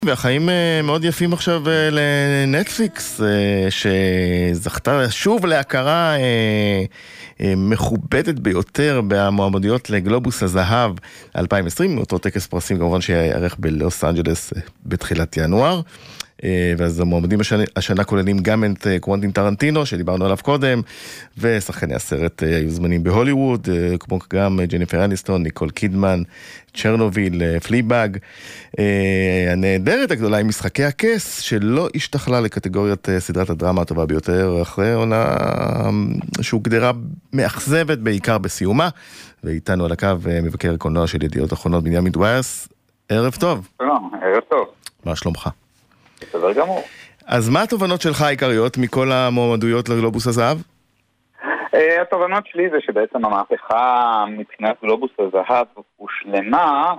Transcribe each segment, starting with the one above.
והחיים מאוד יפים עכשיו לנטפליקס, שזכתה שוב להכרה מכובדת ביותר במועמדויות לגלובוס הזהב 2020, אותו טקס פרסים כמובן שיערך בלוס אנג'לס בתחילת ינואר. ואז המועמדים השנה כוללים גם את קוונטין טרנטינו, שדיברנו עליו קודם, ושחקני הסרט היו זמנים בהוליווד, כמו גם ג'ניפר אניסטון, ניקול קידמן, צ'רנוביל, פליבאג. הנהדרת הגדולה היא משחקי הכס, שלא השתכלה לקטגוריית סדרת הדרמה הטובה ביותר, אחרי עונה שהוגדרה מאכזבת בעיקר בסיומה, ואיתנו על הקו מבקר הקולנוע של ידיעות אחרונות, בנימין דוויירס. ערב טוב. ערב טוב. מה שלומך? בסדר גמור. אז מה התובנות שלך העיקריות מכל המועמדויות לגלובוס הזהב? התובנות שלי זה שבעצם המהפכה מבחינת גלובוס הזהב הושלמה,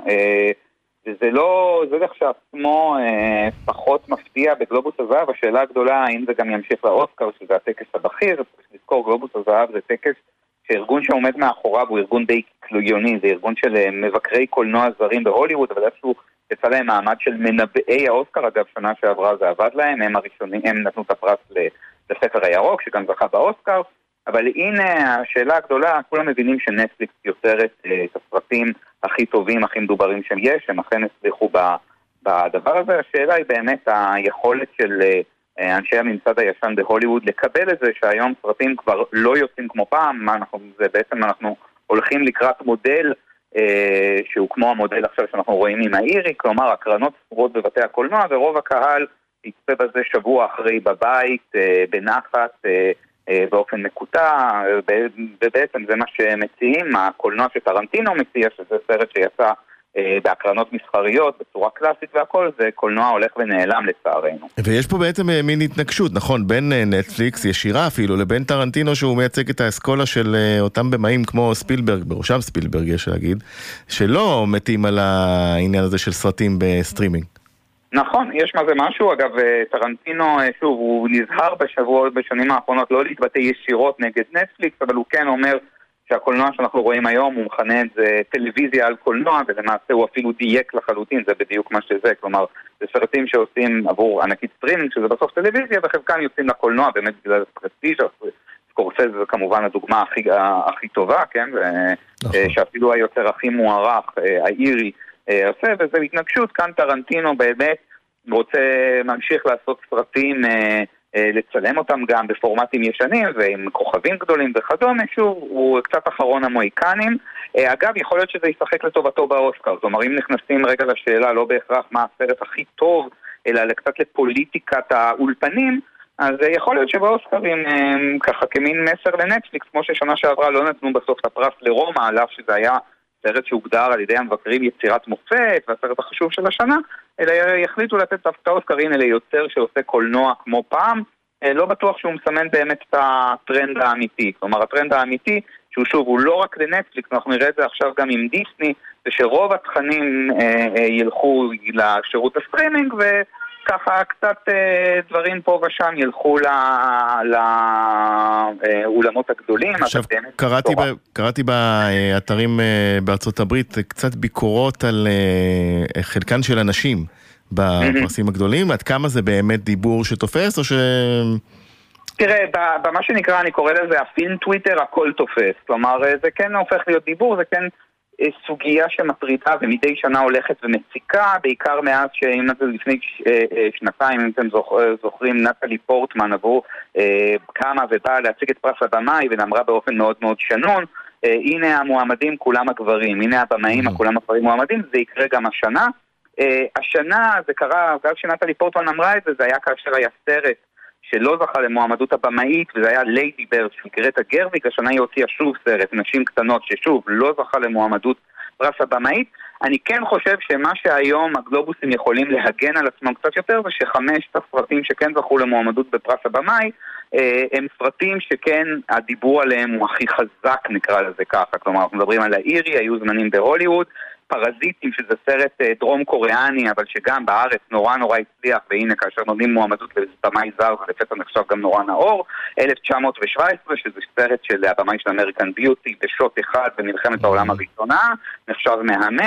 וזה לא, זה כשעצמו פחות מפתיע בגלובוס הזהב. השאלה הגדולה האם זה גם ימשיך לאוסקר, שזה הטקס הבכיר. צריך לזכור, גלובוס הזהב זה טקס שארגון שעומד מאחוריו הוא ארגון די קלויוני, זה ארגון של מבקרי קולנוע זרים בהוליווד, אבל איפשהו יצא להם מעמד של מנבאי האוסקר. אגב, שנה שעברה זה עבד להם, הם הראשונים, הם נתנו את הפרס לספר הירוק, שגם זכה באוסקר. אבל הנה השאלה הגדולה, כולם מבינים שנטפליקס יוצרת את הסרטים הכי טובים, הכי מדוברים שיש, הם אכן הצליחו בדבר הזה. השאלה היא באמת היכולת של אנשי הממסד הישן בהוליווד לקבל את זה שהיום סרטים כבר לא יוצאים כמו פעם. בעצם אנחנו הולכים לקראת מודל שהוא כמו המודל עכשיו שאנחנו רואים עם האירי, כלומר הקרנות ספורות בבתי הקולנוע, ורוב הקהל יצפה בזה שבוע אחרי בבית, בנחת, באופן מקוטע, ובעצם זה מה שמציעים. הקולנוע שטרנטינו מציע, שזה סרט שיצא בהקרנות מסחריות בצורה קלאסית והכל, זה קולנוע הולך ונעלם לצערנו. ויש פה בעצם מין התנגשות, נכון, בין נטפליקס ישירה אפילו לבין טרנטינו, שהוא מייצג את האסכולה של אותם במאים כמו ספילברג, בראשם ספילברג יש להגיד, שלא מתאים על העניין הזה של סרטים בסטרימינג. נכון, יש מה זה משהו. אגב, טרנטינו, שוב, הוא נזהר בשנים האחרונות לא להתבטא ישירות נגד נטפליקס, אבל הוא כן אומר שהקולנוע שאנחנו רואים היום, הוא מכנה את זה טלוויזיה על קולנוע, ולמעשה הוא אפילו דייק לחלוטין, זה בדיוק מה שזה. כלומר, זה סרטים שעושים עבור ענקית סטרימינג, שזה בסוף טלוויזיה, וחלקם יוצאים לקולנוע, באמת בגלל פרסטיג'. סקורסזה זה כמובן הדוגמה הכי טובה, כן? שאפילו היוצר הכי מוערך, האירי, עושה, וזה התנגשות. כאן טרנטינו באמת רוצה ממשיך לעשות סרטים, לצלם אותם גם בפורמטים ישנים ועם כוכבים גדולים וכדומה. שוב, הוא קצת אחרון המוהיקנים. אגב, יכול להיות שזה ישחק לטובתו באוסקר. זאת אומרת, אם נכנסים רגע לשאלה, לא בהכרח מה הסרט הכי טוב, אלא קצת לפוליטיקת האולפנים, אז יכול להיות שבאוסקרים ככה כמין מסר לנטפליקס, כמו ששנה שעברה לא נתנו בסוף את הפרס לרומא, עליו שזה היה סרט שהוגדר על ידי המבקרים יצירת מופת והסרט החשוב של השנה, אלא יחליטו לתת את האוסקרים אלה יוצר שעושה קולנוע כמו פעם. לא בטוח שהוא מסמן באמת את הטרנד האמיתי. כלומר, הטרנד האמיתי, שהוא שוב, הוא לא רק לנטפליקס, אנחנו נראה את זה עכשיו גם עם דיסני, זה שרוב התכנים ילכו לשירות הסטרימינג, וככה קצת דברים פה ושם ילכו לאולמות הגדולים. עכשיו, קראתי באתרים בארצות הברית קצת ביקורות על חלקן של אנשים בפרסים הגדולים. עד כמה זה באמת דיבור שתופס או ש... תראה, במה שנקרא, אני קורא לזה הפין טוויטר, הכל תופס. כלומר, זה כן הופך להיות דיבור, זה כן סוגיה שמטרידה ומדי שנה הולכת ומציקה, בעיקר מאז שאם לפני שנתיים, אם אתם זוכרים, נטלי פורטמן עבור קמה ובאה להציג את פרס הבמאי ונאמרה באופן מאוד מאוד שנון, הנה המועמדים כולם הגברים, הנה הבמאים כולם הגברים מועמדים, זה יקרה גם השנה. השנה זה קרה, גם שנטלי פורטמן אמרה את זה, זה היה כאשר היה סרט שלא זכה למועמדות הבמאית, וזה היה ליידי ברד של גרטה גרוויג. השנה היא הוציאה שוב סרט, נשים קטנות, ששוב לא זכה למועמדות פרס הבמאית. אני כן חושב שמה שהיום הגלובוסים יכולים להגן על עצמם קצת יותר, זה שחמשת הסרטים שכן זכו למועמדות בפרס הבמאי, הם סרטים שכן הדיבור עליהם הוא הכי חזק, נקרא לזה ככה. כלומר, אנחנו מדברים על האירי, היו זמנים בהוליווד, פרזיטים, שזה סרט דרום קוריאני, אבל שגם בארץ נורא הצליח, והנה כאשר נותנים מועמדות לבמאי זר, זה לפתע נחשב גם נורא נאור. 1917, שזה סרט של הבמאי של אמריקן ביוטי, בשוט אחד במלחמת העולם הראשונה, נחשב מהמם.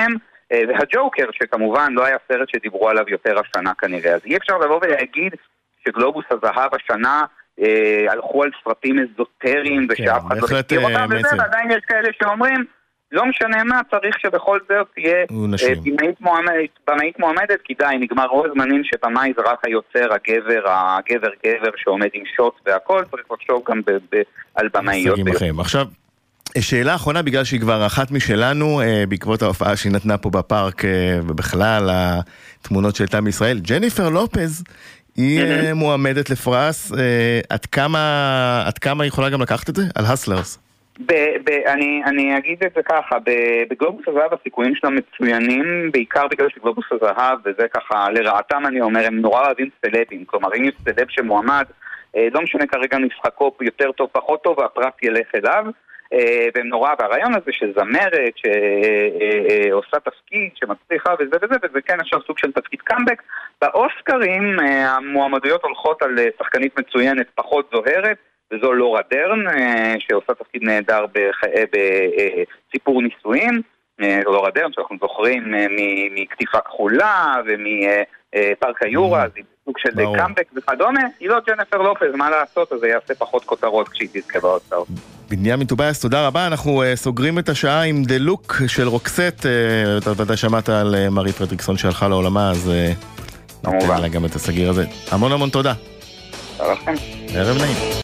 והג'וקר, שכמובן לא היה סרט שדיברו עליו יותר השנה כנראה. אז אי אפשר לבוא ולהגיד שגלובוס הזהב השנה הלכו על סרטים אזוטריים ושאף אחד לא הכיר אותם, וזה, ועדיין יש כאלה שאומרים, לא משנה מה, צריך שבכל זאת תהיה במאית מועמדת, כי די, נגמר רוב זמנים שבמאי זה רק היוצר, הגבר שעומד עם שוט והכל, צריך לחשוב גם על במאיות. עכשיו, שאלה אחרונה, בגלל שהיא כבר אחת משלנו, בעקבות ההופעה שהיא נתנה פה בפארק, ובכלל התמונות שהייתה מישראל, ג'ניפר לופז, היא מועמדת לפרס, עד כמה היא יכולה גם לקחת את זה? על הסלרס. אני אגיד את זה ככה, בגלובוס הזהב הסיכויים שלה מצוינים, בעיקר בגלל שגלובוס הזהב, וזה ככה לרעתם אני אומר, הם נורא אוהבים סלבים, כלומר אם יש סלב שמועמד, לא משנה כרגע משחקו יותר טוב, פחות טוב, והפרס ילך אליו, והם נורא, והרעיון הזה שזמרת, שעושה תפקיד, שמצליחה וזה כן עכשיו סוג של תפקיד קאמבק. באוסקרים המועמדויות הולכות על שחקנית מצוינת פחות זוהרת, וזו לורה דרן, שעושה תפקיד נהדר בסיפור נישואים. לורה דרן שאנחנו זוכרים מכתיפה כחולה ומפארק היורה, אז היא סוג של קאמבק וכדומה. היא לא ג'ניפר לופז, מה לעשות? אז זה יעשה פחות כותרות כשהיא תזכה באוסקר. בנימין טובייס, תודה רבה. אנחנו סוגרים את השעה עם דה לוק של רוקסט. אתה ודאי שמעת על מארי פרדריקסון שהלכה לעולמה, אז ניתן לה גם את הסגיר הזה. המון תודה. תודה לכם. ערב נעים.